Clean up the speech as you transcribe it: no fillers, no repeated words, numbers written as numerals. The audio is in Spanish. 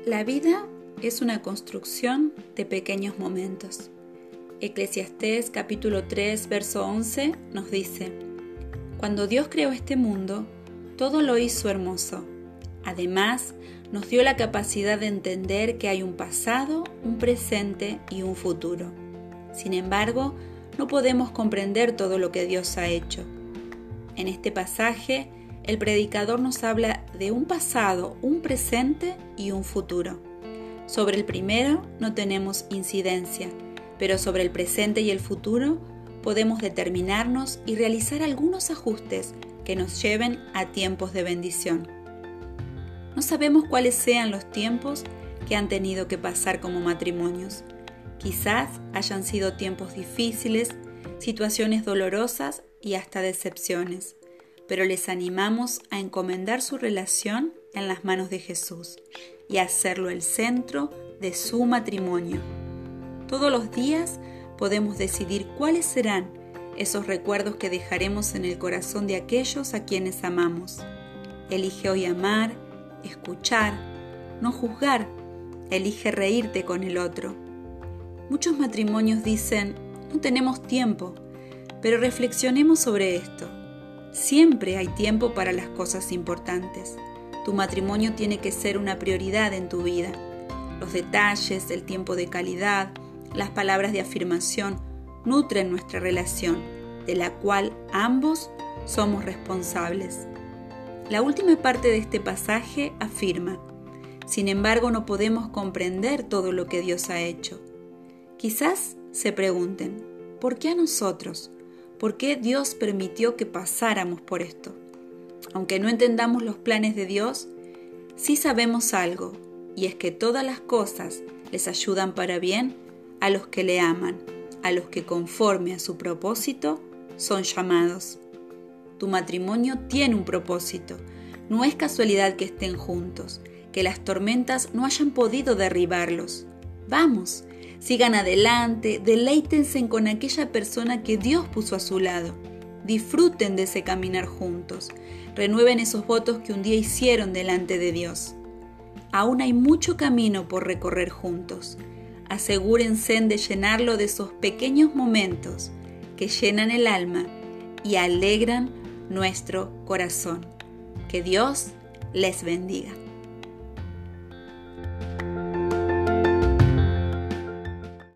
La vida es una construcción de pequeños momentos. Eclesiastés capítulo 3, verso 11 nos dice: Cuando Dios creó este mundo, todo lo hizo hermoso. Además, nos dio la capacidad de entender que hay un pasado, un presente y un futuro. Sin embargo, no podemos comprender todo lo que Dios ha hecho. En este pasaje, el predicador nos habla de un pasado, un presente y un futuro. Sobre el primero no tenemos incidencia, pero sobre el presente y el futuro podemos determinarnos y realizar algunos ajustes que nos lleven a tiempos de bendición. No sabemos cuáles sean los tiempos que han tenido que pasar como matrimonios. Quizás hayan sido tiempos difíciles, situaciones dolorosas y hasta decepciones, pero les animamos a encomendar su relación en las manos de Jesús y a hacerlo el centro de su matrimonio. Todos los días podemos decidir cuáles serán esos recuerdos que dejaremos en el corazón de aquellos a quienes amamos. Elige hoy amar, escuchar, no juzgar. Elige reírte con el otro. Muchos matrimonios dicen: no tenemos tiempo, pero reflexionemos sobre esto. Siempre hay tiempo para las cosas importantes. Tu matrimonio tiene que ser una prioridad en tu vida. Los detalles, el tiempo de calidad, las palabras de afirmación nutren nuestra relación, de la cual ambos somos responsables. La última parte de este pasaje afirma: sin embargo, no podemos comprender todo lo que Dios ha hecho. Quizás se pregunten: ¿por qué a nosotros? ¿Por qué Dios permitió que pasáramos por esto? Aunque no entendamos los planes de Dios, sí sabemos algo, y es que todas las cosas les ayudan para bien a los que le aman, a los que conforme a su propósito son llamados. Tu matrimonio tiene un propósito. No es casualidad que estén juntos, que las tormentas no hayan podido derribarlos. Vamos, sigan adelante, deleítense con aquella persona que Dios puso a su lado. Disfruten de ese caminar juntos. Renueven esos votos que un día hicieron delante de Dios. Aún hay mucho camino por recorrer juntos. Asegúrense de llenarlo de esos pequeños momentos que llenan el alma y alegran nuestro corazón. Que Dios les bendiga.